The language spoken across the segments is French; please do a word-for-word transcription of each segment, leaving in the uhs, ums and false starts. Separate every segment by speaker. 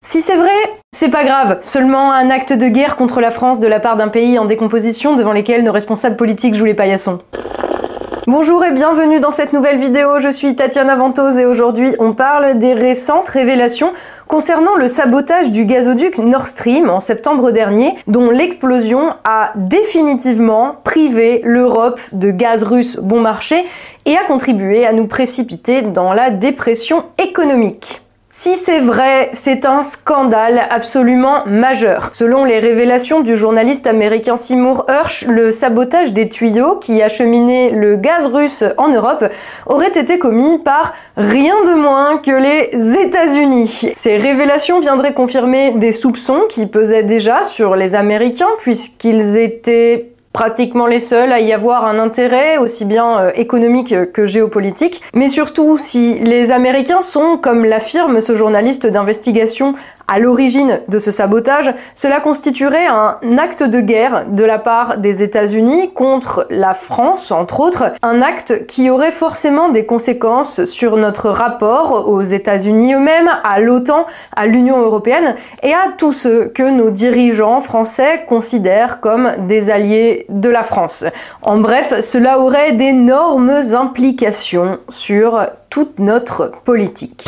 Speaker 1: Si c'est vrai, c'est pas grave, seulement un acte de guerre contre la France de la part d'un pays en décomposition devant lesquels nos responsables politiques jouent les paillassons. Bonjour et bienvenue dans cette nouvelle vidéo, je suis Tatiana Ventose et aujourd'hui on parle des récentes révélations concernant le sabotage du gazoduc Nord Stream en septembre dernier, dont l'explosion a définitivement privé l'Europe de gaz russe bon marché et a contribué à nous précipiter dans la dépression économique. Si c'est vrai, c'est un scandale absolument majeur. Selon les révélations du journaliste américain Seymour Hersh, le sabotage des tuyaux qui acheminaient le gaz russe en Europe aurait été commis par rien de moins que les États-Unis. Ces révélations viendraient confirmer des soupçons qui pesaient déjà sur les Américains puisqu'ils étaient pratiquement les seuls à y avoir un intérêt aussi bien euh, économique que géopolitique. Mais surtout, si les Américains sont, comme l'affirme ce journaliste d'investigation, à l'origine de ce sabotage, cela constituerait un acte de guerre de la part des États-Unis contre la France, entre autres, un acte qui aurait forcément des conséquences sur notre rapport aux États-Unis eux-mêmes, à l'OTAN, à l'Union européenne et à tous ceux que nos dirigeants français considèrent comme des alliés de la France. En bref, cela aurait d'énormes implications sur toute notre politique.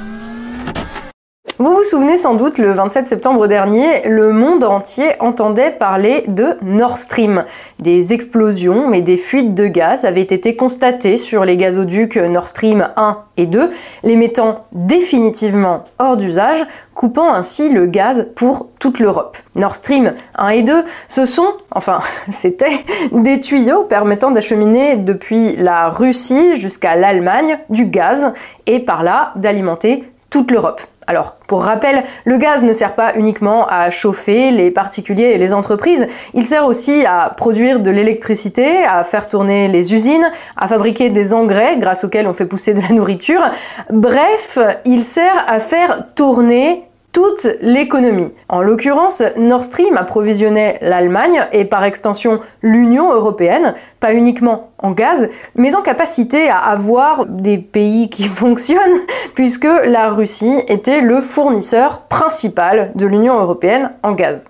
Speaker 1: Vous vous souvenez sans doute, le vingt-sept septembre dernier, le monde entier entendait parler de Nord Stream. Des explosions et des fuites de gaz avaient été constatées sur les gazoducs Nord Stream un et deux, les mettant définitivement hors d'usage, coupant ainsi le gaz pour toute l'Europe. Nord Stream un et deux, ce sont, enfin, c'était des tuyaux permettant d'acheminer depuis la Russie jusqu'à l'Allemagne du gaz et par là d'alimenter toute l'Europe. Alors, pour rappel, le gaz ne sert pas uniquement à chauffer les particuliers et les entreprises, il sert aussi à produire de l'électricité, à faire tourner les usines, à fabriquer des engrais grâce auxquels on fait pousser de la nourriture. Bref, il sert à faire tourner toute l'économie. En l'occurrence, Nord Stream approvisionnait l'Allemagne et par extension l'Union européenne, pas uniquement en gaz, mais en capacité à avoir des pays qui fonctionnent, puisque la Russie était le fournisseur principal de l'Union européenne en gaz.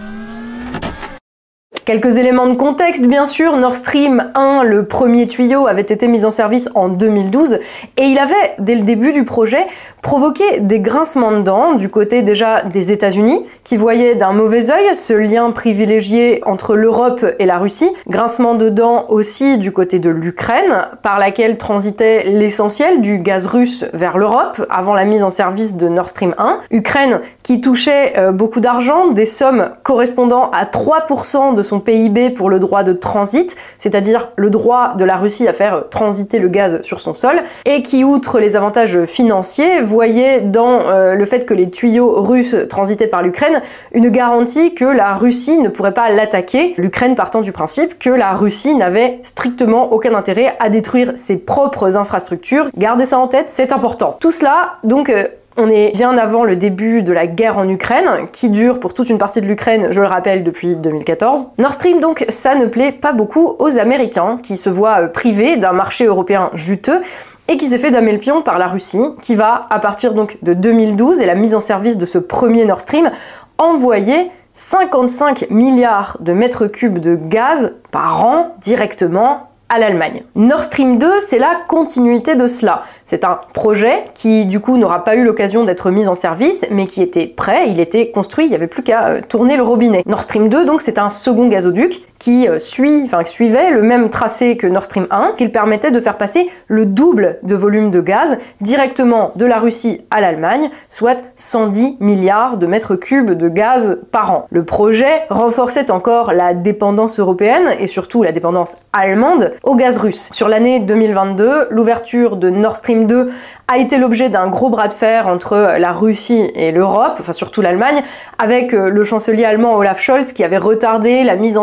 Speaker 1: Quelques éléments de contexte, bien sûr, Nord Stream un, le premier tuyau, avait été mis en service en deux mille douze et il avait, dès le début du projet, provoqué des grincements de dents du côté déjà des États-Unis, qui voyaient d'un mauvais œil ce lien privilégié entre l'Europe et la Russie, grincement de dents aussi du côté de l'Ukraine, par laquelle transitait l'essentiel du gaz russe vers l'Europe avant la mise en service de Nord Stream un. Ukraine qui touchait euh, beaucoup d'argent, des sommes correspondant à trois pour cent de son P I B pour le droit de transit, c'est-à-dire le droit de la Russie à faire transiter le gaz sur son sol, et qui, outre les avantages financiers, voyait dans euh, le fait que les tuyaux russes transitaient par l'Ukraine une garantie que la Russie ne pourrait pas l'attaquer, l'Ukraine partant du principe que la Russie n'avait strictement aucun intérêt à détruire ses propres infrastructures. Gardez ça en tête, c'est important. Tout cela, donc, euh, on est bien avant le début de la guerre en Ukraine, qui dure pour toute une partie de l'Ukraine, je le rappelle, depuis deux mille quatorze. Nord Stream, donc, ça ne plaît pas beaucoup aux Américains, qui se voient privés d'un marché européen juteux, et qui s'est fait damer le pion par la Russie, qui va, à partir donc de deux mille douze et la mise en service de ce premier Nord Stream, envoyer cinquante-cinq milliards de mètres cubes de gaz par an directement à l'Allemagne. Nord Stream deux, c'est la continuité de cela. C'est un projet qui, du coup, n'aura pas eu l'occasion d'être mis en service, mais qui était prêt, il était construit, il n'y avait plus qu'à euh, tourner le robinet. Nord Stream deux, donc, c'est un second gazoduc qui euh, suit, enfin, suivait le même tracé que Nord Stream un, qui permettait de faire passer le double de volume de gaz directement de la Russie à l'Allemagne, soit cent dix milliards de mètres cubes de gaz par an. Le projet renforçait encore la dépendance européenne et surtout la dépendance allemande au gaz russe. Sur l'année deux mille vingt-deux, l'ouverture de Nord Stream deux a été l'objet d'un gros bras de fer entre la Russie et l'Europe, enfin surtout l'Allemagne, avec le chancelier allemand Olaf Scholz qui avait retardé la mise en service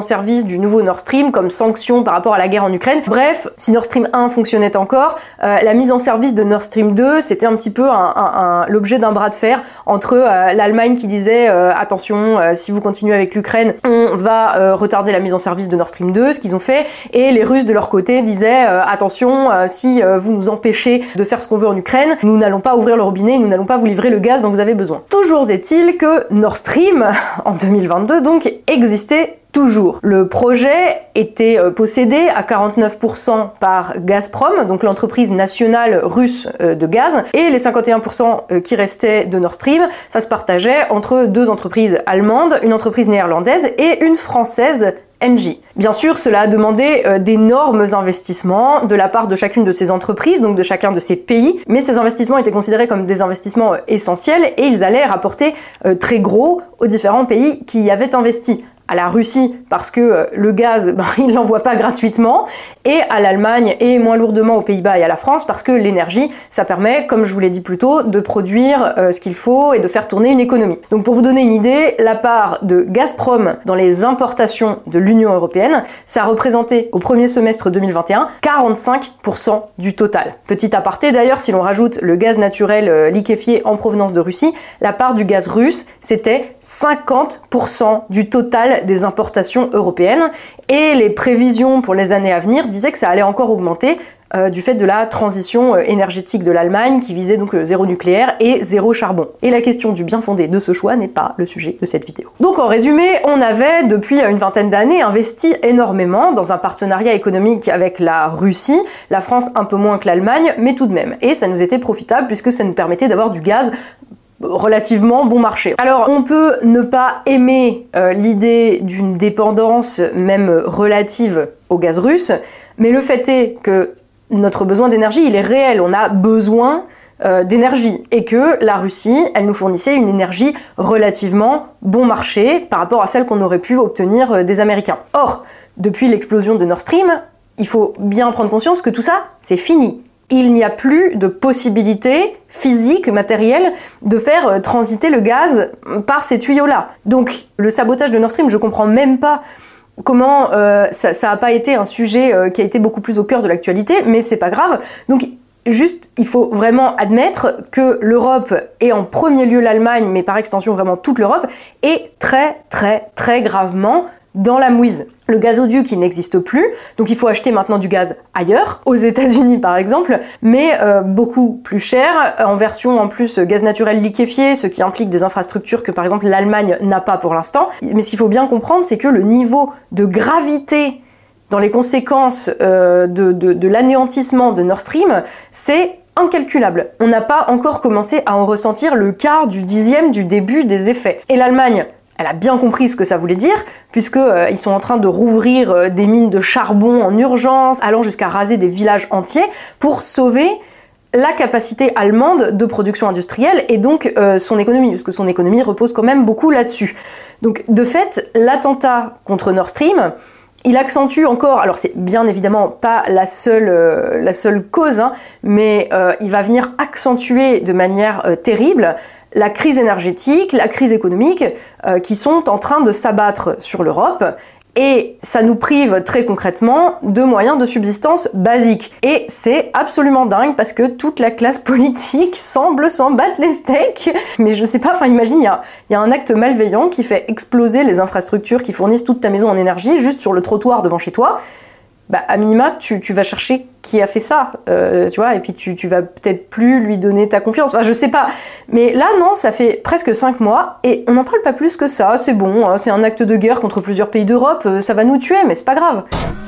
Speaker 1: service du nouveau Nord Stream comme sanction par rapport à la guerre en Ukraine. Bref, si Nord Stream un fonctionnait encore, euh, la mise en service de Nord Stream deux, c'était un petit peu un, un, un, l'objet d'un bras de fer entre euh, l'Allemagne qui disait euh, attention, euh, si vous continuez avec l'Ukraine, on va euh, retarder la mise en service de Nord Stream deux, ce qu'ils ont fait, et les Russes de leur côté disaient euh, attention, euh, si euh, vous nous empêchez de faire ce qu'on veut en Ukraine, nous n'allons pas ouvrir le robinet, nous n'allons pas vous livrer le gaz dont vous avez besoin. Toujours est-il que Nord Stream, en deux mille vingt-deux donc, existait toujours. Le projet était possédé à quarante-neuf pour cent par Gazprom, donc l'entreprise nationale russe de gaz, et les cinquante et un pour cent qui restaient de Nord Stream, ça se partageait entre deux entreprises allemandes, une entreprise néerlandaise et une française, Engie. Bien sûr, cela a demandé euh, d'énormes investissements de la part de chacune de ces entreprises, donc de chacun de ces pays, mais ces investissements étaient considérés comme des investissements euh, essentiels et ils allaient rapporter euh, très gros aux différents pays qui y avaient investi. À la Russie parce que euh, le gaz, ben, il ne l'envoie pas gratuitement, et à l'Allemagne et moins lourdement aux Pays-Bas et à la France parce que l'énergie, ça permet, comme je vous l'ai dit plus tôt, de produire euh, ce qu'il faut et de faire tourner une économie. Donc pour vous donner une idée, la part de Gazprom dans les importations de l'Union européenne, ça a représenté au premier semestre deux mille vingt et un quarante-cinq pour cent du total. Petit aparté d'ailleurs, si l'on rajoute le gaz naturel euh, liquéfié en provenance de Russie, la part du gaz russe, c'était cinquante pour cent du total des importations européennes, et les prévisions pour les années à venir disaient que ça allait encore augmenter euh, du fait de la transition euh, énergétique de l'Allemagne qui visait donc le zéro nucléaire et zéro charbon. Et la question du bien fondé de ce choix n'est pas le sujet de cette vidéo. Donc en résumé, on avait depuis une vingtaine d'années investi énormément dans un partenariat économique avec la Russie, la France un peu moins que l'Allemagne, mais tout de même. Et ça nous était profitable puisque ça nous permettait d'avoir du gaz relativement bon marché. Alors on peut ne pas aimer euh, l'idée d'une dépendance même relative au gaz russe, mais le fait est que notre besoin d'énergie, il est réel, on a besoin euh, d'énergie, et que la Russie, elle nous fournissait une énergie relativement bon marché par rapport à celle qu'on aurait pu obtenir euh, des Américains. Or, depuis l'explosion de Nord Stream, il faut bien prendre conscience que tout ça, c'est fini. Il n'y a plus de possibilité physique, matérielle, de faire transiter le gaz par ces tuyaux-là. Donc le sabotage de Nord Stream, je comprends même pas comment euh, ça n'a pas été un sujet euh, qui a été beaucoup plus au cœur de l'actualité, mais c'est pas grave. Donc juste, il faut vraiment admettre que l'Europe, et en premier lieu l'Allemagne, mais par extension vraiment toute l'Europe, est très très très gravement dans la mouise. Le gazoduc, il n'existe plus, donc il faut acheter maintenant du gaz ailleurs, aux États-Unis par exemple, mais euh, beaucoup plus cher, en version en plus gaz naturel liquéfié, ce qui implique des infrastructures que par exemple l'Allemagne n'a pas pour l'instant. Mais ce qu'il faut bien comprendre, c'est que le niveau de gravité dans les conséquences euh, de, de, de l'anéantissement de Nord Stream, c'est incalculable. On n'a pas encore commencé à en ressentir le quart du dixième du début des effets. Et l'Allemagne, elle a bien compris ce que ça voulait dire, puisqu'ils euh, sont en train de rouvrir euh, des mines de charbon en urgence, allant jusqu'à raser des villages entiers, pour sauver la capacité allemande de production industrielle et donc euh, son économie, parce que son économie repose quand même beaucoup là-dessus. Donc de fait, l'attentat contre Nord Stream, il accentue encore, alors c'est bien évidemment pas la seule, euh, la seule cause, hein, mais euh, il va venir accentuer de manière euh, terrible la crise énergétique, la crise économique, euh, qui sont en train de s'abattre sur l'Europe, et ça nous prive très concrètement de moyens de subsistance basiques. Et c'est absolument dingue parce que toute la classe politique semble s'en battre les steaks. Mais je sais pas, enfin imagine, il y a, y a un acte malveillant qui fait exploser les infrastructures qui fournissent toute ta maison en énergie juste sur le trottoir devant chez toi. Bah, à minima, tu, tu vas chercher qui a fait ça, euh, tu vois, et puis tu, tu vas peut-être plus lui donner ta confiance. Enfin, je sais pas. Mais là, non, ça fait presque cinq mois, et on n'en parle pas plus que ça. C'est bon, hein, c'est un acte de guerre contre plusieurs pays d'Europe, euh, ça va nous tuer, mais c'est pas grave.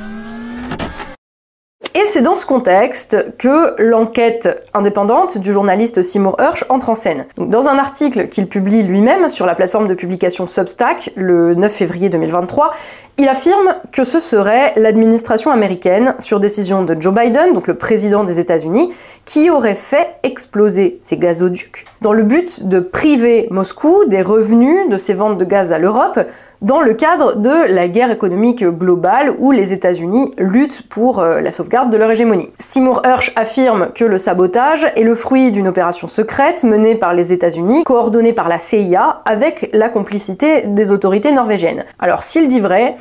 Speaker 1: Et c'est dans ce contexte que l'enquête indépendante du journaliste Seymour Hersh entre en scène. Donc, dans un article qu'il publie lui-même sur la plateforme de publication Substack le neuf février deux mille vingt-trois, il affirme que ce serait l'administration américaine, sur décision de Joe Biden, donc le président des États-Unis, qui aurait fait exploser ces gazoducs, dans le but de priver Moscou des revenus de ses ventes de gaz à l'Europe, dans le cadre de la guerre économique globale où les États-Unis luttent pour euh, la sauvegarde de leur hégémonie. Seymour Hersh affirme que le sabotage est le fruit d'une opération secrète menée par les États-Unis, coordonnée par la C I A, avec la complicité des autorités norvégiennes. Alors s'il dit vrai,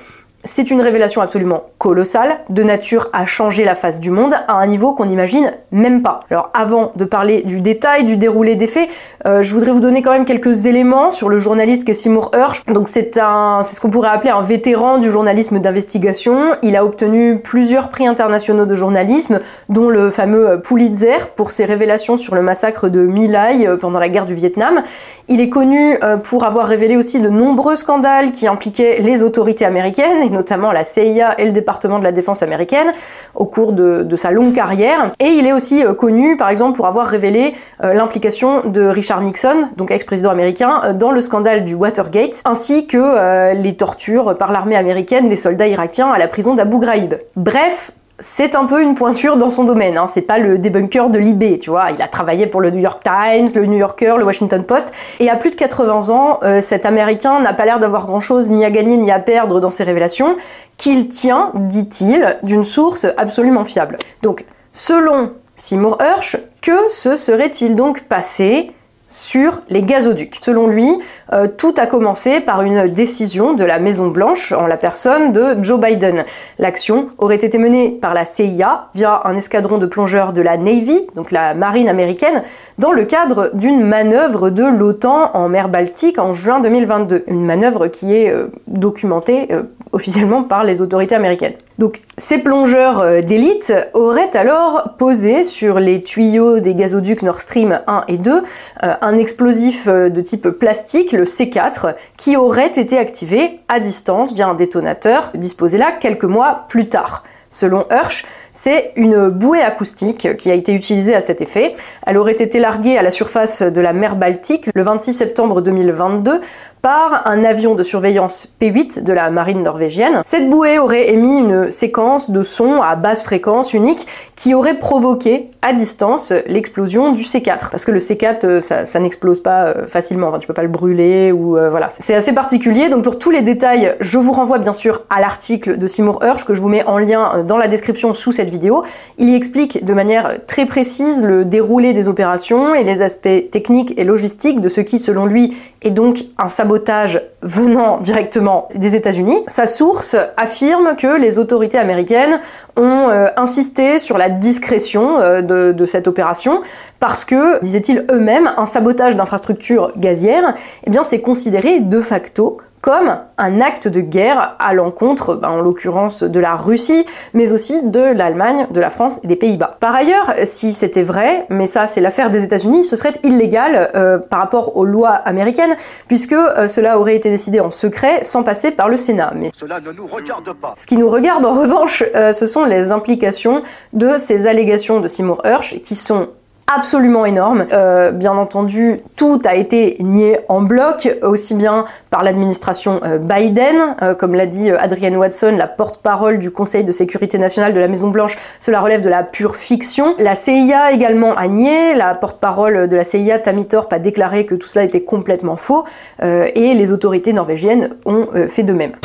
Speaker 1: C'est une révélation absolument colossale, de nature à changer la face du monde à un niveau qu'on n'imagine même pas. Alors avant de parler du détail, du déroulé des faits, euh, je voudrais vous donner quand même quelques éléments sur le journaliste qu'est Seymour Hersh. Donc c'est un, c'est ce qu'on pourrait appeler un vétéran du journalisme d'investigation. Il a obtenu plusieurs prix internationaux de journalisme, dont le fameux Pulitzer pour ses révélations sur le massacre de My Lai pendant la guerre du Vietnam. Il est connu pour avoir révélé aussi de nombreux scandales qui impliquaient les autorités américaines, et notamment la C I A et le département de la défense américaine, au cours de, de sa longue carrière. Et il est aussi connu, par exemple, pour avoir révélé l'implication de Richard Nixon, donc ex-président américain, dans le scandale du Watergate, ainsi que euh, les tortures par l'armée américaine des soldats irakiens à la prison d'Abu Ghraib. Bref, c'est un peu une pointure dans son domaine, hein. C'est pas le débunker de l'I B, tu vois. Il a travaillé pour le New York Times, le New Yorker, le Washington Post, et à plus de quatre-vingts ans, euh, cet Américain n'a pas l'air d'avoir grand-chose ni à gagner ni à perdre dans ses révélations, qu'il tient, dit-il, d'une source absolument fiable. Donc, selon Seymour Hersh, que se serait-il donc passé sur les gazoducs? Selon lui, euh, tout a commencé par une décision de la Maison-Blanche en la personne de Joe Biden. L'action aurait été menée par la C I A via un escadron de plongeurs de la Navy, donc la marine américaine, dans le cadre d'une manœuvre de l'OTAN en mer Baltique en juin deux mille vingt-deux. Une manœuvre qui est euh, documentée euh, officiellement par les autorités américaines. Donc, ces plongeurs euh, d'élite auraient alors posé sur les tuyaux des gazoducs Nord Stream un et deux euh, un explosif euh, de type plastique, le C quatre, qui aurait été activé à distance via un détonateur disposé là quelques mois plus tard. Selon Hersh, c'est une bouée acoustique qui a été utilisée à cet effet. Elle aurait été larguée à la surface de la mer Baltique le vingt-six septembre deux mille vingt-deux par un avion de surveillance P huit de la marine norvégienne. Cette bouée aurait émis une séquence de sons à basse fréquence unique qui aurait provoqué à distance l'explosion du C quatre. Parce que le C quatre, ça, ça n'explose pas facilement, enfin, tu peux pas le brûler ou euh, voilà. C'est assez particulier, donc pour tous les détails, je vous renvoie bien sûr à l'article de Seymour Hersh que je vous mets en lien dans la description sous cette vidéo. Il y explique de manière très précise le déroulé des opérations et les aspects techniques et logistiques de ce qui, selon lui, est donc un sabotage venant directement des États-Unis. Sa source affirme que les autorités américaines ont euh, insisté sur la discrétion euh, de, de cette opération parce que, disaient-ils eux-mêmes, un sabotage d'infrastructures gazières, eh bien, c'est considéré de facto comme un acte de guerre à l'encontre, ben, en l'occurrence de la Russie, mais aussi de l'Allemagne, de la France et des Pays-Bas. Par ailleurs, si c'était vrai, mais ça c'est l'affaire des États-Unis, ce serait illégal euh, par rapport aux lois américaines, puisque euh, cela aurait été décidé en secret sans passer par le Sénat. Mais
Speaker 2: cela ne nous regarde pas.
Speaker 1: Ce qui nous regarde en revanche, euh, ce sont les implications de ces allégations de Seymour Hersh qui sont absolument énorme. Euh, bien entendu, tout a été nié en bloc, aussi bien par l'administration euh, Biden, euh, comme l'a dit euh, Adrienne Watson, la porte-parole du Conseil de sécurité nationale de la Maison-Blanche, cela relève de la pure fiction. La C I A également a nié, la porte-parole de la C I A, Tammy Thorpe, a déclaré que tout cela était complètement faux, euh, et les autorités norvégiennes ont euh, fait de même.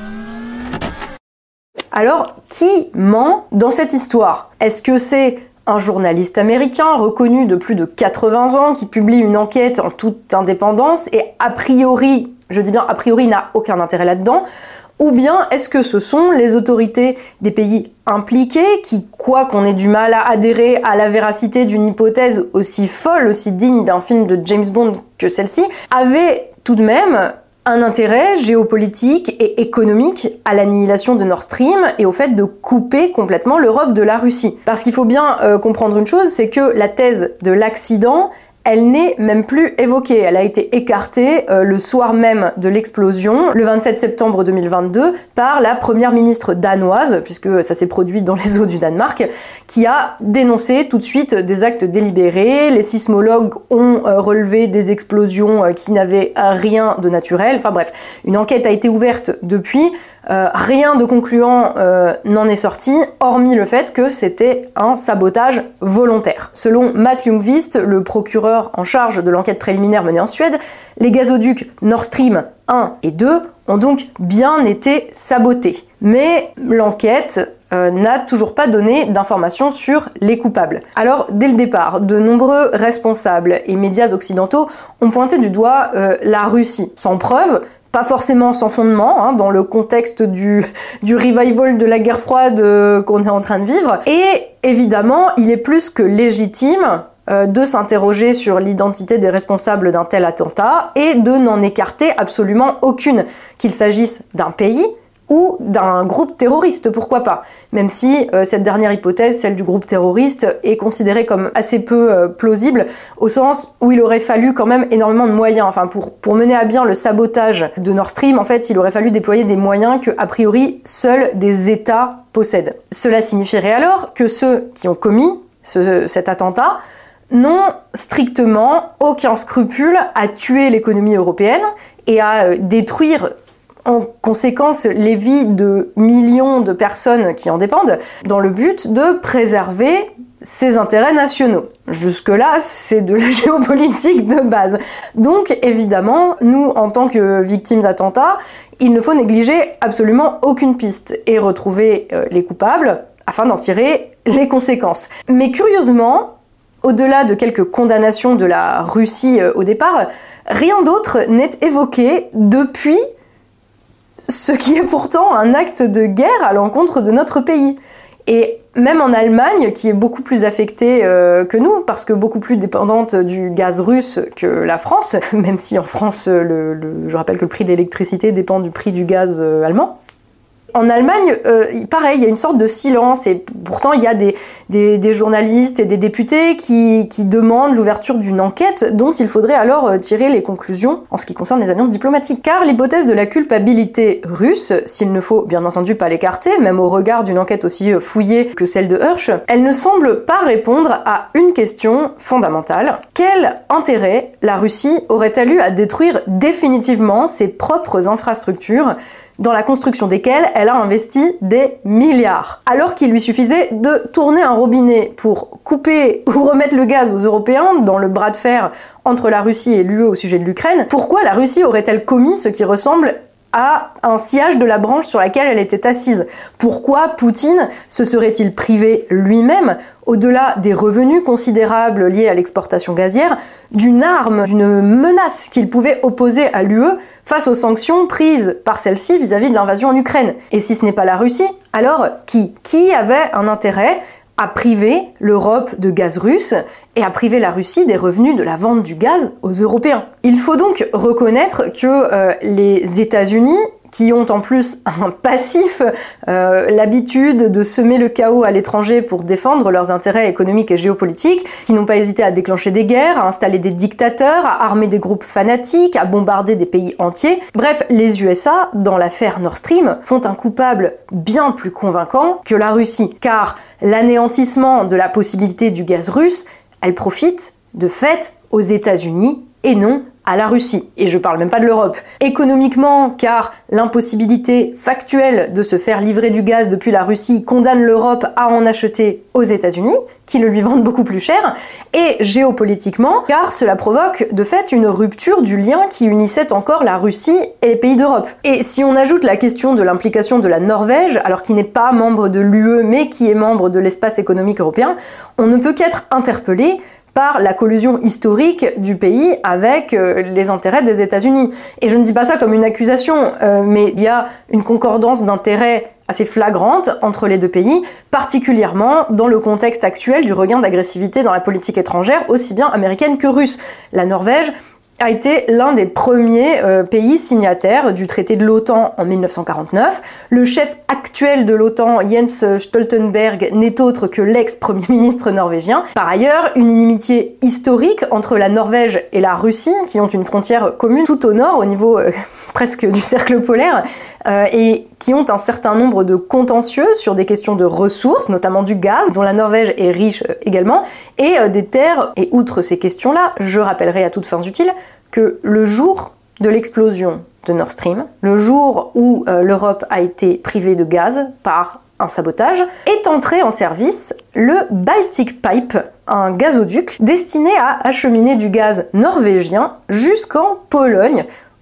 Speaker 1: Alors, qui ment dans cette histoire? Est-ce que c'est un journaliste américain reconnu de plus de quatre-vingts ans qui publie une enquête en toute indépendance et a priori, je dis bien a priori, n'a aucun intérêt là-dedans? Ou bien est-ce que ce sont les autorités des pays impliqués qui, quoi qu'on ait du mal à adhérer à la véracité d'une hypothèse aussi folle, aussi digne d'un film de James Bond que celle-ci, avaient tout de même un intérêt géopolitique et économique à l'annihilation de Nord Stream et au fait de couper complètement l'Europe de la Russie. Parce qu'il faut bien euh, comprendre une chose, c'est que la thèse de l'accident, elle n'est même plus évoquée. Elle a été écartée euh, le soir même de l'explosion, le vingt-sept septembre deux mille vingt-deux, par la première ministre danoise, puisque ça s'est produit dans les eaux du Danemark, qui a dénoncé tout de suite des actes délibérés. Les sismologues ont euh, relevé des explosions euh, qui n'avaient euh, rien de naturel. Enfin bref, une enquête a été ouverte depuis. Euh, rien de concluant euh, n'en est sorti, hormis le fait que c'était un sabotage volontaire. Selon Matt Ljungqvist, le procureur en charge de l'enquête préliminaire menée en Suède, les gazoducs Nord Stream un et deux ont donc bien été sabotés. Mais l'enquête euh, n'a toujours pas donné d'informations sur les coupables. Alors, dès le départ, de nombreux responsables et médias occidentaux ont pointé du doigt euh, la Russie, sans preuve, pas forcément sans fondement, hein, dans le contexte du, du revival de la guerre froide euh, qu'on est en train de vivre. Et évidemment, il est plus que légitime euh, de s'interroger sur l'identité des responsables d'un tel attentat et de n'en écarter absolument aucune, qu'il s'agisse d'un pays ou d'un groupe terroriste, pourquoi pas. Même si euh, cette dernière hypothèse, celle du groupe terroriste, est considérée comme assez peu euh, plausible, au sens où il aurait fallu quand même énormément de moyens. Enfin, pour, pour mener à bien le sabotage de Nord Stream, en fait, il aurait fallu déployer des moyens que, a priori, seuls des États possèdent. Cela signifierait alors que ceux qui ont commis ce, cet attentat n'ont strictement aucun scrupule à tuer l'économie européenne et à euh, détruire en conséquence les vies de millions de personnes qui en dépendent, dans le but de préserver ses intérêts nationaux. Jusque-là, c'est de la géopolitique de base. Donc, évidemment, nous, en tant que victimes d'attentats, il ne faut négliger absolument aucune piste et retrouver euh, les coupables afin d'en tirer les conséquences. Mais curieusement, au-delà de quelques condamnations de la Russie euh, au départ, rien d'autre n'est évoqué depuis ce qui est pourtant un acte de guerre à l'encontre de notre pays. Et même en Allemagne, qui est beaucoup plus affectée euh, que nous, parce que beaucoup plus dépendante du gaz russe que la France, même si en France, le, le, je rappelle que le prix de l'électricité dépend du prix du gaz euh, allemand. En Allemagne, euh, pareil, il y a une sorte de silence, et pourtant il y a des, des, des journalistes et des députés qui, qui demandent l'ouverture d'une enquête dont il faudrait alors tirer les conclusions en ce qui concerne les alliances diplomatiques. Car l'hypothèse de la culpabilité russe, s'il ne faut bien entendu pas l'écarter, même au regard d'une enquête aussi fouillée que celle de Hirsch, elle ne semble pas répondre à une question fondamentale. Quel intérêt la Russie aurait-elle eu à détruire définitivement ses propres infrastructures dans la construction desquelles elle a investi des milliards, alors qu'il lui suffisait de tourner un robinet pour couper ou remettre le gaz aux Européens dans le bras de fer entre la Russie et l'U E au sujet de l'Ukraine. Pourquoi la Russie aurait-elle commis ce qui ressemble à un sciage de la branche sur laquelle elle était assise? Pourquoi Poutine se serait-il privé lui-même, au-delà des revenus considérables liés à l'exportation gazière, d'une arme, d'une menace qu'il pouvait opposer à l'U E face aux sanctions prises par celle-ci vis-à-vis de l'invasion en Ukraine? Et si ce n'est pas la Russie, alors qui? Qui avait un intérêt à priver l'Europe de gaz russe et à priver la Russie des revenus de la vente du gaz aux Européens? Il faut donc reconnaître que euh, les États-Unis, qui ont en plus un passif, euh, l'habitude de semer le chaos à l'étranger pour défendre leurs intérêts économiques et géopolitiques, qui n'ont pas hésité à déclencher des guerres, à installer des dictateurs, à armer des groupes fanatiques, à bombarder des pays entiers. Bref, les U S A, dans l'affaire Nord Stream, font un coupable bien plus convaincant que la Russie, car l'anéantissement de la possibilité du gaz russe, elle profite de fait aux États-Unis et non à la Russie. Et je parle même pas de l'Europe. Économiquement, car l'impossibilité factuelle de se faire livrer du gaz depuis la Russie condamne l'Europe à en acheter aux États-Unis, qui le lui vendent beaucoup plus cher. Et géopolitiquement, car cela provoque de fait une rupture du lien qui unissait encore la Russie et les pays d'Europe. Et si on ajoute la question de l'implication de la Norvège, alors qui n'est pas membre de l'U E mais qui est membre de l'espace économique européen, on ne peut qu'être interpellé par la collusion historique du pays avec euh, les intérêts des États-Unis. Et je ne dis pas ça comme une accusation, euh, mais il y a une concordance d'intérêts assez flagrante entre les deux pays, particulièrement dans le contexte actuel du regain d'agressivité dans la politique étrangère, aussi bien américaine que russe. La Norvège a été l'un des premiers euh, pays signataires du traité de l'OTAN en mille neuf cent quarante-neuf. Le chef actuel de l'OTAN, Jens Stoltenberg, n'est autre que l'ex-premier ministre norvégien. Par ailleurs, une inimitié historique entre la Norvège et la Russie, qui ont une frontière commune tout au nord, au niveau euh, presque du cercle polaire, euh, et qui ont un certain nombre de contentieux sur des questions de ressources, notamment du gaz, dont la Norvège est riche euh, également, et euh, des terres. Et outre ces questions-là, je rappellerai à toutes fins utiles que le jour de l'explosion de Nord Stream, le jour où euh, l'Europe a été privée de gaz par un sabotage, est entré en service le Baltic Pipe, un gazoduc destiné à acheminer du gaz norvégien jusqu'en Pologne,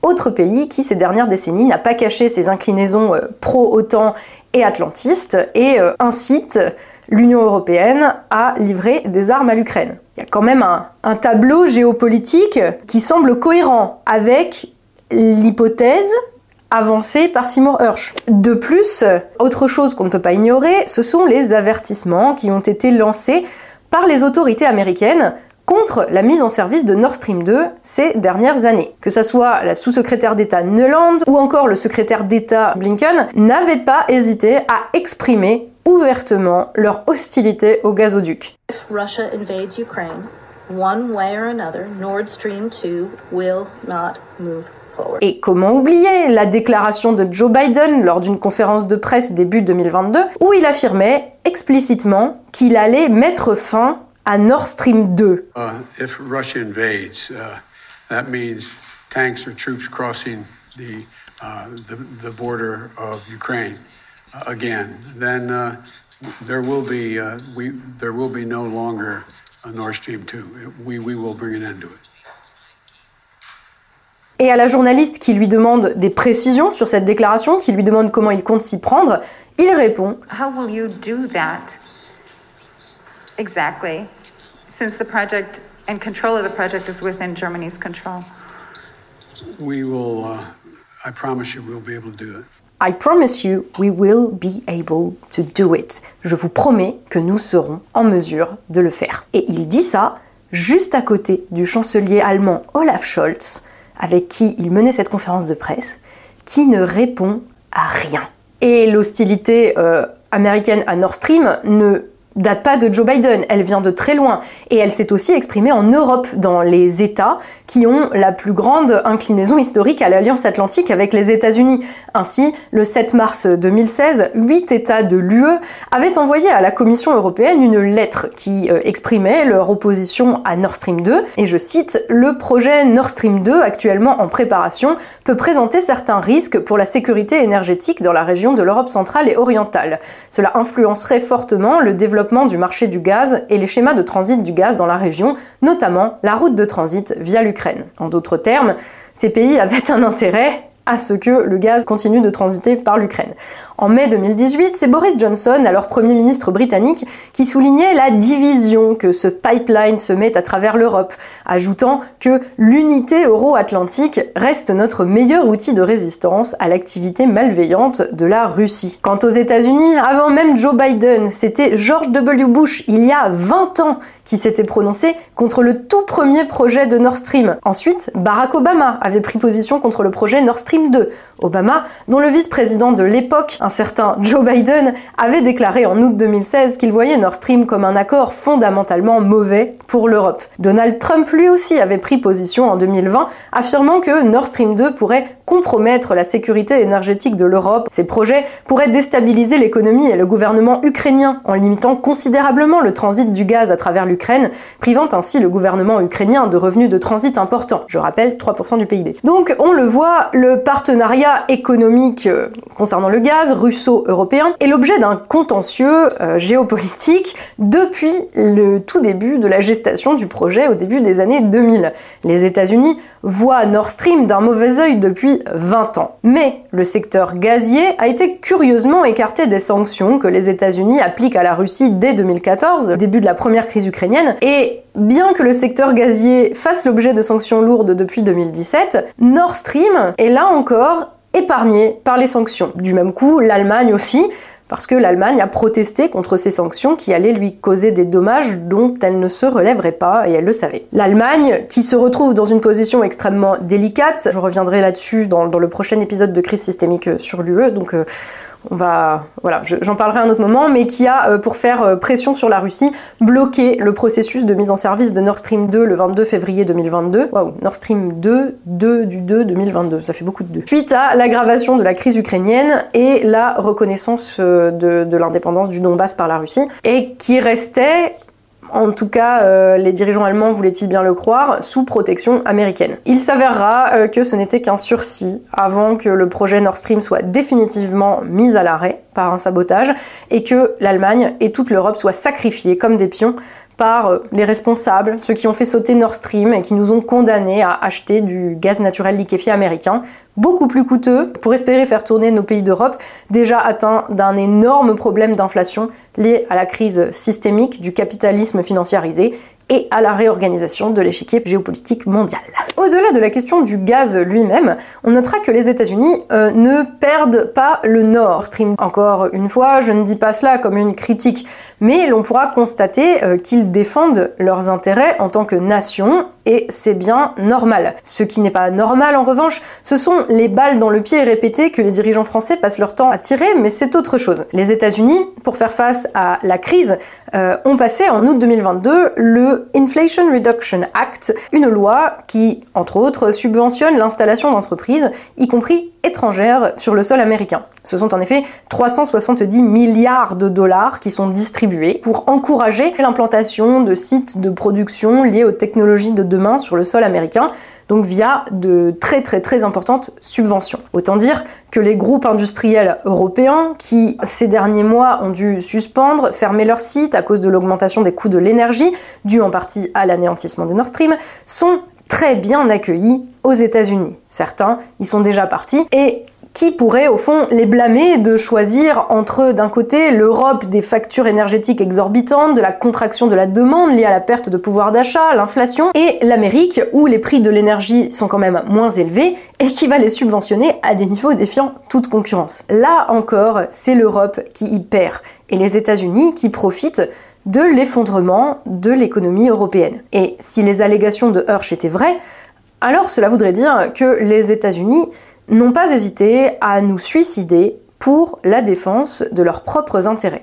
Speaker 1: autre pays qui, ces dernières décennies, n'a pas caché ses inclinaisons euh, pro-OTAN et atlantistes et euh, incite l'Union européenne à livrer des armes à l'Ukraine. Il y a quand même un, un tableau géopolitique qui semble cohérent avec l'hypothèse avancée par Seymour Hersh. De plus, autre chose qu'on ne peut pas ignorer, ce sont les avertissements qui ont été lancés par les autorités américaines contre la mise en service de Nord Stream deux ces dernières années. Que ce soit la sous-secrétaire d'État Nuland ou encore le secrétaire d'État Blinken n'avaient pas hésité à exprimer ouvertement leur hostilité au gazoduc.
Speaker 2: If Russia invades Ukraine, one way or another, Nord Stream two will not move forward.
Speaker 1: Et comment oublier la déclaration de Joe Biden lors d'une conférence de presse début deux mille vingt-deux où il affirmait explicitement qu'il allait mettre fin à Nord Stream deux.
Speaker 3: Uh, if Russia invades, uh, that means tanks or troops crossing the, uh, the, the border of Ukraine uh, again. Then uh, there will be uh, we there will be no longer a Nord Stream two. We we will bring an end to it.
Speaker 1: Et à la journaliste qui lui demande des précisions sur cette déclaration, qui lui demande comment il compte s'y prendre, il répond «
Speaker 4: How will you do that exactly, since the project and control of the project is within Germany's control?
Speaker 3: We will, uh, I promise you we'll be able to do it.
Speaker 1: I promise you we will be able to do it. Je vous promets que nous serons en mesure de le faire. » Et il dit ça juste à côté du chancelier allemand Olaf Scholz, avec qui il menait cette conférence de presse, qui ne répond à rien. Et l'hostilité euh, américaine à Nord Stream ne date pas de Joe Biden, elle vient de très loin. Et elle s'est aussi exprimée en Europe, dans les États qui ont la plus grande inclinaison historique à l'Alliance Atlantique avec les États-Unis. Ainsi, le sept mars deux mille seize, huit États de l'U E avaient envoyé à la Commission européenne une lettre qui euh, exprimait leur opposition à Nord Stream deux. Et je cite, « Le projet Nord Stream deux, actuellement en préparation, peut présenter certains risques pour la sécurité énergétique dans la région de l'Europe centrale et orientale. Cela influencerait fortement le développement du marché du gaz et les schémas de transit du gaz dans la région, notamment la route de transit via l'Ukraine. » En d'autres termes, ces pays avaient un intérêt à ce que le gaz continue de transiter par l'Ukraine. En mai deux mille dix-huit, c'est Boris Johnson, alors Premier ministre britannique, qui soulignait la division que ce pipeline se met à travers l'Europe, ajoutant que l'unité euro-atlantique reste notre meilleur outil de résistance à l'activité malveillante de la Russie. Quant aux États-Unis, avant même Joe Biden, c'était George W. Bush, il y a vingt ans, qui s'était prononcé contre le tout premier projet de Nord Stream. Ensuite, Barack Obama avait pris position contre le projet Nord Stream deux. Obama, dont le vice-président de l'époque, un certain Joe Biden, avait déclaré en août deux mille seize qu'il voyait Nord Stream comme un accord fondamentalement mauvais pour l'Europe. Donald Trump, lui aussi, avait pris position en deux mille vingt, affirmant que Nord Stream deux pourrait compromettre la sécurité énergétique de l'Europe. Ces projets pourraient déstabiliser l'économie et le gouvernement ukrainien en limitant considérablement le transit du gaz à travers l'Ukraine, privant ainsi le gouvernement ukrainien de revenus de transit importants. Je rappelle, trois pour cent du P I B. Donc, on le voit, le partenariat économique euh, concernant le gaz russo-européen est l'objet d'un contentieux euh, géopolitique depuis le tout début de la gestation du projet au début des années deux mille. Les États-Unis voient Nord Stream d'un mauvais œil depuis vingt ans. Mais le secteur gazier a été curieusement écarté des sanctions que les États-Unis appliquent à la Russie dès deux mille quatorze, au début de la première crise ukrainienne, et bien que le secteur gazier fasse l'objet de sanctions lourdes depuis deux mille dix-sept, Nord Stream est là encore épargné par les sanctions. Du même coup, l'Allemagne aussi, parce que l'Allemagne a protesté contre ces sanctions qui allaient lui causer des dommages dont elle ne se relèverait pas, et elle le savait. L'Allemagne, qui se retrouve dans une position extrêmement délicate, je reviendrai là-dessus dans, dans le prochain épisode de crise systémique sur l'U E, donc euh, on va, voilà, je, j'en parlerai à un autre moment, mais qui a, euh, pour faire euh, pression sur la Russie, bloqué le processus de mise en service de Nord Stream deux le vingt-deux février deux mille vingt-deux. Waouh, Nord Stream deux, deux du deux deux mille vingt-deux, ça fait beaucoup de deux. Suite à l'aggravation de la crise ukrainienne et la reconnaissance euh, de, de l'indépendance du Donbass par la Russie, et qui restait, en tout cas, euh, les dirigeants allemands voulaient-ils bien le croire, sous protection américaine. Il s'avérera euh, que ce n'était qu'un sursis avant que le projet Nord Stream soit définitivement mis à l'arrêt par un sabotage et que l'Allemagne et toute l'Europe soient sacrifiées comme des pions par les responsables, ceux qui ont fait sauter Nord Stream et qui nous ont condamnés à acheter du gaz naturel liquéfié américain, beaucoup plus coûteux, pour espérer faire tourner nos pays d'Europe, déjà atteints d'un énorme problème d'inflation lié à la crise systémique du capitalisme financiarisé et à la réorganisation de l'échiquier géopolitique mondial. Au-delà de la question du gaz lui-même, on notera que les États-Unis euh, ne perdent pas le Nord Stream. Encore une fois, je ne dis pas cela comme une critique, mais l'on pourra constater euh, qu'ils défendent leurs intérêts en tant que nation, et c'est bien normal. Ce qui n'est pas normal, en revanche, ce sont les balles dans le pied répétées que les dirigeants français passent leur temps à tirer, mais c'est autre chose. Les États-Unis, pour faire face à la crise, euh, ont passé en août deux mille vingt-deux le Inflation Reduction Act, une loi qui, entre autres, subventionne l'installation d'entreprises, y compris étrangères, sur le sol américain. Ce sont en effet trois cent soixante-dix milliards de dollars qui sont distribués pour encourager l'implantation de sites de production liés aux technologies de demain sur le sol américain, donc via de très très très importantes subventions. Autant dire que les groupes industriels européens qui, ces derniers mois, ont dû suspendre, fermer leurs sites à cause de l'augmentation des coûts de l'énergie, due en partie à l'anéantissement de Nord Stream, sont très bien accueillis aux États-Unis. Certains y sont déjà partis, et qui pourrait au fond les blâmer de choisir entre, d'un côté, l'Europe des factures énergétiques exorbitantes, de la contraction de la demande liée à la perte de pouvoir d'achat, l'inflation, et l'Amérique où les prix de l'énergie sont quand même moins élevés et qui va les subventionner à des niveaux défiant toute concurrence. Là encore, c'est l'Europe qui y perd et les États-Unis qui profitent de l'effondrement de l'économie européenne. Et si les allégations de Hersh étaient vraies, alors cela voudrait dire que les États-Unis n'ont pas hésité à nous suicider pour la défense de leurs propres intérêts.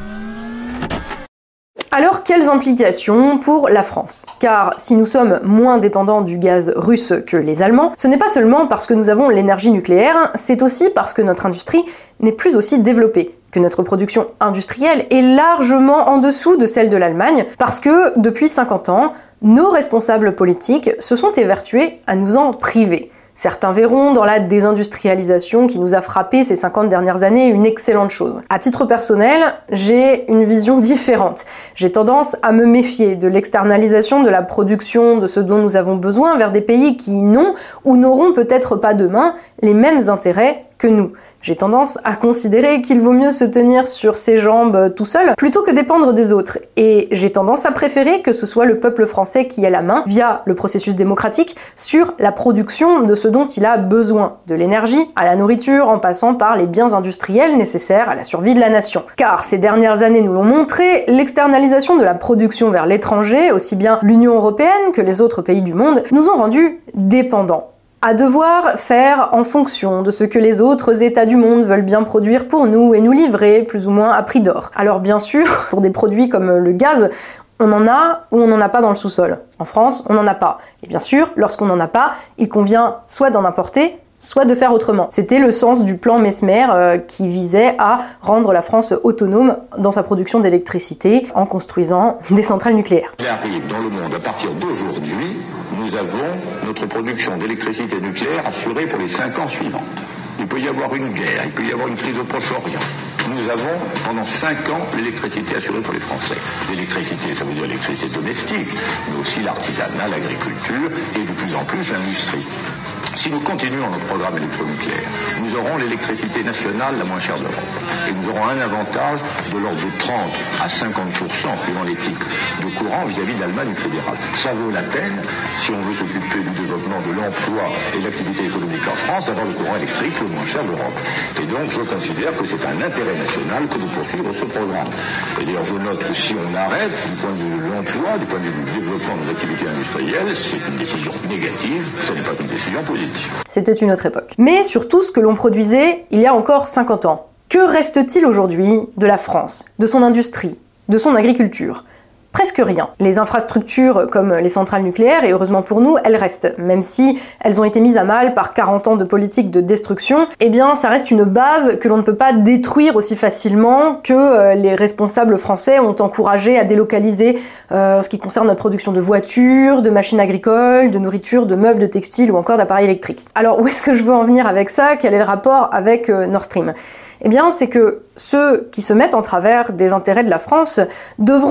Speaker 1: Alors, quelles implications pour la France? Car si nous sommes moins dépendants du gaz russe que les Allemands, ce n'est pas seulement parce que nous avons l'énergie nucléaire, c'est aussi parce que notre industrie n'est plus aussi développée, que notre production industrielle est largement en dessous de celle de l'Allemagne, parce que depuis cinquante ans, nos responsables politiques se sont évertués à nous en priver. Certains verront dans la désindustrialisation qui nous a frappé ces cinquante dernières années une excellente chose. À titre personnel, j'ai une vision différente. J'ai tendance à me méfier de l'externalisation de la production de ce dont nous avons besoin vers des pays qui n'ont ou n'auront peut-être pas demain les mêmes intérêts que nous. J'ai tendance à considérer qu'il vaut mieux se tenir sur ses jambes tout seul plutôt que dépendre des autres. Et j'ai tendance à préférer que ce soit le peuple français qui ait la main, via le processus démocratique, sur la production de ce dont il a besoin, de l'énergie à la nourriture, en passant par les biens industriels nécessaires à la survie de la nation. Car ces dernières années nous l'ont montré, l'externalisation de la production vers l'étranger, aussi bien l'Union européenne que les autres pays du monde, nous ont rendus dépendants. À devoir faire en fonction de ce que les autres États du monde veulent bien produire pour nous et nous livrer plus ou moins à prix d'or. Alors bien sûr, pour des produits comme le gaz, on en a ou on n'en a pas dans le sous-sol. En France, on n'en a pas. Et bien sûr, lorsqu'on n'en a pas, il convient soit d'en importer, soit de faire autrement. C'était le sens du plan Messmer euh, qui visait à rendre la France autonome dans sa production d'électricité en construisant des centrales nucléaires.
Speaker 5: Il arrive dans le monde à partir d'aujourd'hui, nous avons notre production d'électricité nucléaire assurée pour les cinq ans suivants. Il peut y avoir une guerre, il peut y avoir une crise au Proche-Orient. Nous avons pendant cinq ans l'électricité assurée pour les Français. L'électricité, ça veut dire l'électricité domestique, mais aussi l'artisanat, l'agriculture et de plus en plus l'industrie. Si nous continuons notre programme électronucléaire, nous aurons l'électricité nationale la moins chère d'Europe. Et nous aurons un avantage de l'ordre de trente à cinquante pour cent suivant les types de courant vis-à-vis de l'Allemagne fédérale. Ça vaut la peine, si on veut s'occuper du développement de l'emploi et de l'activité économique en France, d'avoir le courant électrique le moins cher d'Europe. Et donc je considère que c'est un intérêt national que de poursuivre ce programme. Et d'ailleurs je note que si on arrête du point de vue de l'emploi, du point de vue du développement de nos activités industrielles, c'est une décision négative, ce n'est pas une décision positive.
Speaker 1: C'était une autre époque. Mais sur tout ce que l'on produisait il y a encore cinquante ans, que reste-t-il aujourd'hui de la France, de son industrie, de son agriculture ? Presque rien. Les infrastructures comme les centrales nucléaires, et heureusement pour nous, elles restent. Même si elles ont été mises à mal par quarante ans de politique de destruction, eh bien ça reste une base que l'on ne peut pas détruire aussi facilement que euh, les responsables français ont encouragé à délocaliser euh, ce qui concerne notre production de voitures, de machines agricoles, de nourriture, de meubles, de textiles ou encore d'appareils électriques. Alors où est-ce que je veux en venir avec ça? Quel est le rapport avec euh, Nord Stream? Eh bien c'est que ceux qui se mettent en travers des intérêts de la France devront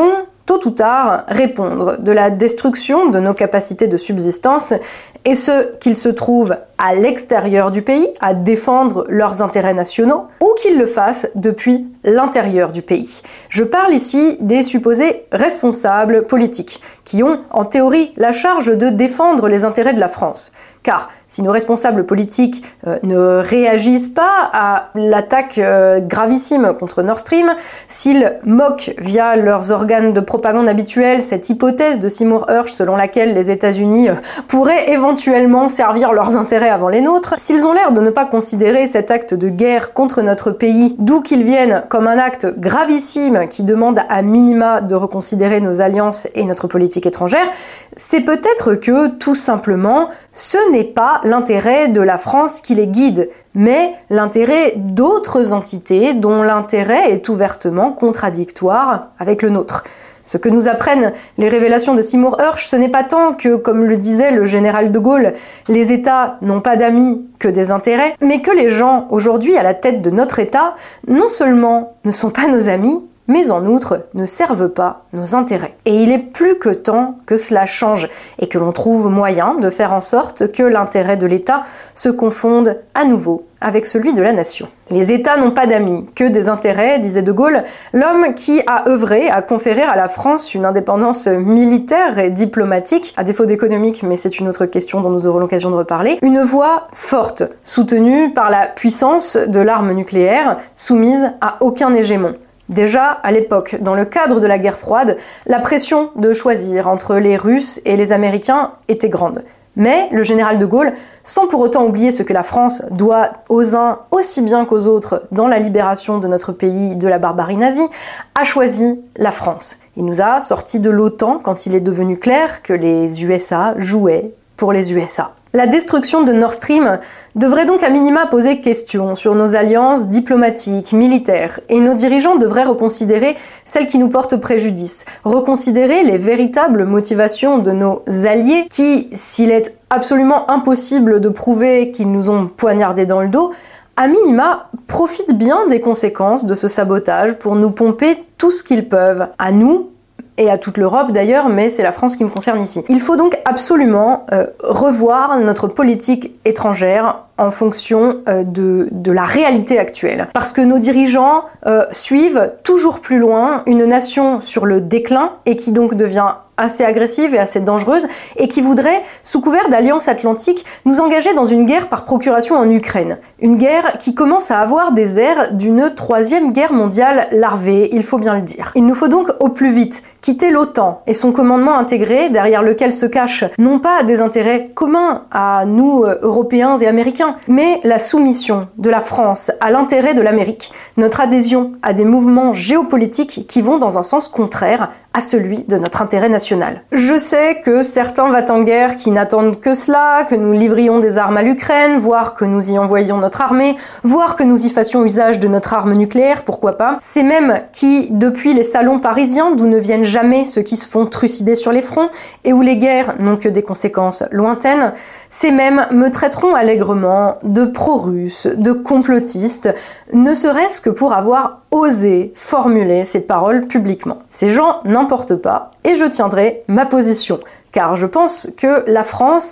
Speaker 1: tôt ou tard, répondre de la destruction de nos capacités de subsistance, et ceux qu'ils se trouvent à l'extérieur du pays, à défendre leurs intérêts nationaux, ou qu'ils le fassent depuis l'intérieur du pays. Je parle ici des supposés responsables politiques, qui ont en théorie la charge de défendre les intérêts de la France. Car si nos responsables politiques euh, ne réagissent pas à l'attaque euh, gravissime contre Nord Stream, s'ils moquent via leurs organes de propagande habituels cette hypothèse de Seymour Hersh selon laquelle les États-Unis euh, pourraient éventuellement servir leurs intérêts avant les nôtres, s'ils ont l'air de ne pas considérer cet acte de guerre contre notre pays, d'où qu'il vienne, comme un acte gravissime qui demande à minima de reconsidérer nos alliances et notre politique étrangère, c'est peut-être que, tout simplement, ce n'est pas l'intérêt de la France qui les guide, mais l'intérêt d'autres entités dont l'intérêt est ouvertement contradictoire avec le nôtre. Ce que nous apprennent les révélations de Seymour Hersh, ce n'est pas tant que, comme le disait le général de Gaulle, les États n'ont pas d'amis que des intérêts, mais que les gens, aujourd'hui à la tête de notre État, non seulement ne sont pas nos amis, mais en outre ne servent pas nos intérêts. Et il est plus que temps que cela change et que l'on trouve moyen de faire en sorte que l'intérêt de l'État se confonde à nouveau avec celui de la nation. Les États n'ont pas d'amis, que des intérêts, disait de Gaulle, l'homme qui a œuvré à conférer à la France une indépendance militaire et diplomatique, à défaut d'économique, mais c'est une autre question dont nous aurons l'occasion de reparler, une voix forte, soutenue par la puissance de l'arme nucléaire, soumise à aucun hégémon. Déjà, à l'époque, dans le cadre de la guerre froide, la pression de choisir entre les Russes et les Américains était grande. Mais le général de Gaulle, sans pour autant oublier ce que la France doit aux uns aussi bien qu'aux autres dans la libération de notre pays de la barbarie nazie, a choisi la France. Il nous a sortis de l'OTAN quand il est devenu clair que les U S A jouaient pour les U S A. La destruction de Nord Stream devrait donc à minima poser question sur nos alliances diplomatiques, militaires, et nos dirigeants devraient reconsidérer celles qui nous portent préjudice, reconsidérer les véritables motivations de nos alliés qui, s'il est absolument impossible de prouver qu'ils nous ont poignardés dans le dos, à minima, profitent bien des conséquences de ce sabotage pour nous pomper tout ce qu'ils peuvent, à nous, et à toute l'Europe d'ailleurs, mais c'est la France qui me concerne ici. Il faut donc absolument euh, revoir notre politique étrangère en fonction euh, de, de la réalité actuelle. Parce que nos dirigeants euh, suivent toujours plus loin une nation sur le déclin et qui donc devient assez agressive et assez dangereuse et qui voudrait, sous couvert d'alliance atlantique, nous engager dans une guerre par procuration en Ukraine. Une guerre qui commence à avoir des airs d'une troisième guerre mondiale larvée, il faut bien le dire. Il nous faut donc au plus vite quitter l'OTAN et son commandement intégré derrière lequel se cachent non pas des intérêts communs à nous, Européens et Américains, mais la soumission de la France à l'intérêt de l'Amérique, notre adhésion à des mouvements géopolitiques qui vont dans un sens contraire à celui de notre intérêt national. Je sais que certains va-t-en-guerre qui n'attendent que cela, que nous livrions des armes à l'Ukraine, voire que nous y envoyions notre armée, voire que nous y fassions usage de notre arme nucléaire, pourquoi pas. C'est même qui, depuis les salons parisiens, d'où ne viennent jamais ceux qui se font trucider sur les fronts, et où les guerres n'ont que des conséquences lointaines, ces mêmes me traiteront allègrement de pro-russes, de complotistes, ne serait-ce que pour avoir osé formuler ces paroles publiquement. Ces gens n'importent pas, et je tiendrai ma position, car je pense que la France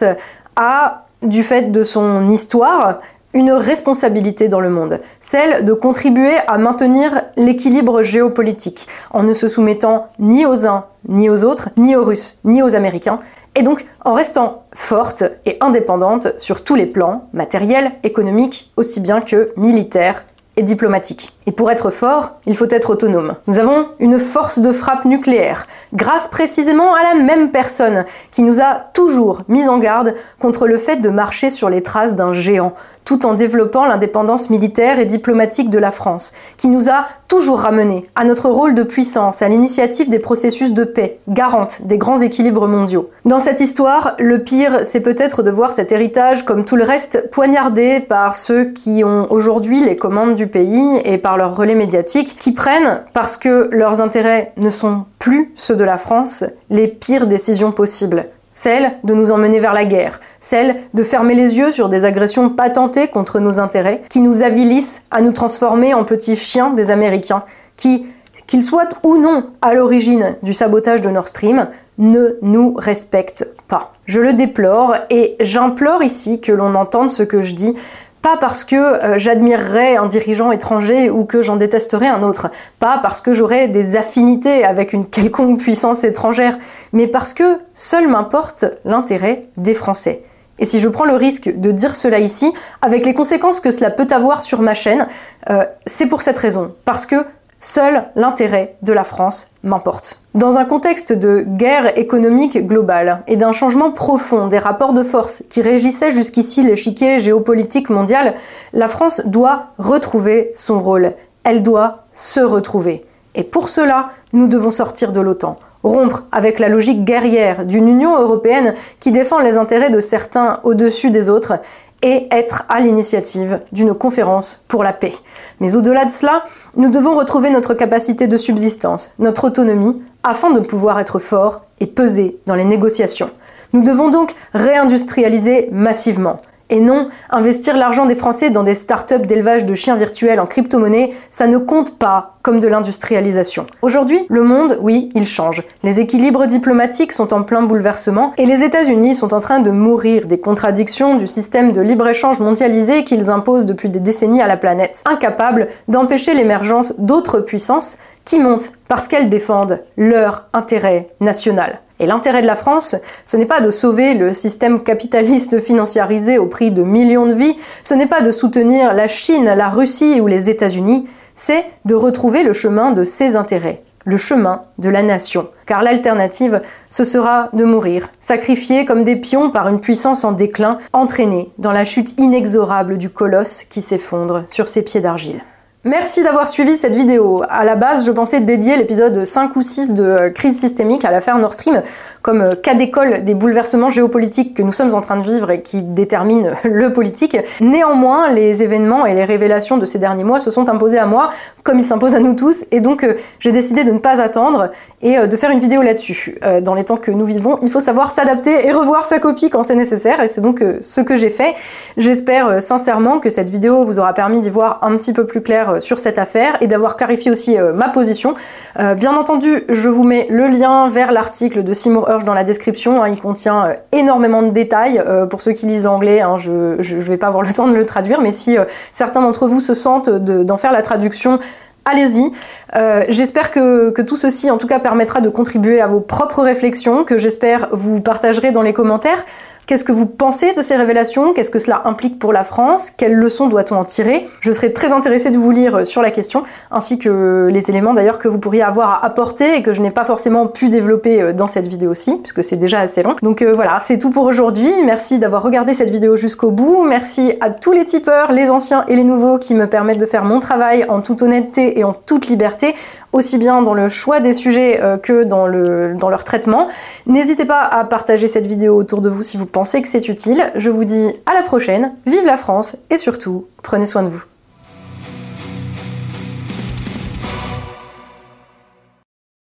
Speaker 1: a, du fait de son histoire, une responsabilité dans le monde, celle de contribuer à maintenir l'équilibre géopolitique, en ne se soumettant ni aux uns, ni aux autres, ni aux Russes, ni aux Américains, et donc en restant forte et indépendante sur tous les plans, matériels, économiques, aussi bien que militaires et diplomatique. Et pour être fort, il faut être autonome. Nous avons une force de frappe nucléaire, grâce précisément à la même personne qui nous a toujours mis en garde contre le fait de marcher sur les traces d'un géant, tout en développant l'indépendance militaire et diplomatique de la France, qui nous a toujours ramenés à notre rôle de puissance, à l'initiative des processus de paix, garante des grands équilibres mondiaux. Dans cette histoire, le pire, c'est peut-être de voir cet héritage, comme tout le reste, poignardé par ceux qui ont aujourd'hui les commandes du pays et par leurs relais médiatiques, qui prennent, parce que leurs intérêts ne sont plus ceux de la France, les pires décisions possibles. Celle de nous emmener vers la guerre, celle de fermer les yeux sur des agressions patentées contre nos intérêts, qui nous avilissent à nous transformer en petits chiens des Américains, qui, qu'ils soient ou non à l'origine du sabotage de Nord Stream, ne nous respectent pas. Je le déplore et j'implore ici que l'on entende ce que je dis, pas parce que euh, j'admirerais un dirigeant étranger ou que j'en détesterais un autre, pas parce que j'aurais des affinités avec une quelconque puissance étrangère, mais parce que seul m'importe l'intérêt des Français. Et si je prends le risque de dire cela ici, avec les conséquences que cela peut avoir sur ma chaîne, euh, c'est pour cette raison, parce que seul l'intérêt de la France m'importe. Dans un contexte de guerre économique globale et d'un changement profond des rapports de force qui régissaient jusqu'ici l'échiquier géopolitique mondial, la France doit retrouver son rôle. Elle doit se retrouver. Et pour cela, nous devons sortir de l'OTAN, rompre avec la logique guerrière d'une Union européenne qui défend les intérêts de certains au-dessus des autres et être à l'initiative d'une conférence pour la paix. Mais au-delà de cela, nous devons retrouver notre capacité de subsistance, notre autonomie, afin de pouvoir être forts et peser dans les négociations. Nous devons donc réindustrialiser massivement. Et non, investir l'argent des Français dans des startups d'élevage de chiens virtuels en crypto-monnaie, ça ne compte pas comme de l'industrialisation. Aujourd'hui, le monde, oui, il change. Les équilibres diplomatiques sont en plein bouleversement et les États-Unis sont en train de mourir des contradictions du système de libre-échange mondialisé qu'ils imposent depuis des décennies à la planète, incapables d'empêcher l'émergence d'autres puissances qui montent parce qu'elles défendent leur intérêt national. Et l'intérêt de la France, ce n'est pas de sauver le système capitaliste financiarisé au prix de millions de vies, ce n'est pas de soutenir la Chine, la Russie ou les États-Unis, c'est de retrouver le chemin de ses intérêts, le chemin de la nation. Car l'alternative, ce sera de mourir, sacrifiés comme des pions par une puissance en déclin, entraînés dans la chute inexorable du colosse qui s'effondre sur ses pieds d'argile. Merci d'avoir suivi cette vidéo. À la base, je pensais dédier l'épisode cinq ou six de Crise systémique à l'affaire Nord Stream comme cas d'école des bouleversements géopolitiques que nous sommes en train de vivre et qui déterminent le politique. Néanmoins, les événements et les révélations de ces derniers mois se sont imposés à moi, comme ils s'imposent à nous tous, et donc euh, j'ai décidé de ne pas attendre et euh, de faire une vidéo là-dessus. Euh, dans les temps que nous vivons, il faut savoir s'adapter et revoir sa copie quand c'est nécessaire, et c'est donc euh, ce que j'ai fait. J'espère euh, sincèrement que cette vidéo vous aura permis d'y voir un petit peu plus clair euh, sur cette affaire et d'avoir clarifié aussi euh, ma position. Euh, bien entendu, je vous mets le lien vers l'article de Seymour Hersh dans la description, hein, il contient euh, énormément de détails, euh, pour ceux qui lisent l'anglais, hein, je, je, je vais pas avoir le temps de le traduire, mais si euh, certains d'entre vous se sentent de, d'en faire la traduction, allez-y. Euh, j'espère que, que tout ceci, en tout cas, permettra de contribuer à vos propres réflexions, que j'espère vous partagerez dans les commentaires. Qu'est-ce que vous pensez de ces révélations? Qu'est-ce que cela implique pour la France? Quelles leçons doit-on en tirer? Je serais très intéressée de vous lire sur la question, ainsi que les éléments d'ailleurs que vous pourriez avoir à apporter et que je n'ai pas forcément pu développer dans cette vidéo-ci, puisque c'est déjà assez long. Donc euh, voilà, c'est tout pour aujourd'hui. Merci d'avoir regardé cette vidéo jusqu'au bout. Merci à tous les tipeurs, les anciens et les nouveaux, qui me permettent de faire mon travail en toute honnêteté et en toute liberté, aussi bien dans le choix des sujets euh, que dans, le, dans leur traitement. N'hésitez pas à partager cette vidéo autour de vous si vous pensez que c'est utile. Je vous dis à la prochaine, vive la France et surtout, prenez soin de vous.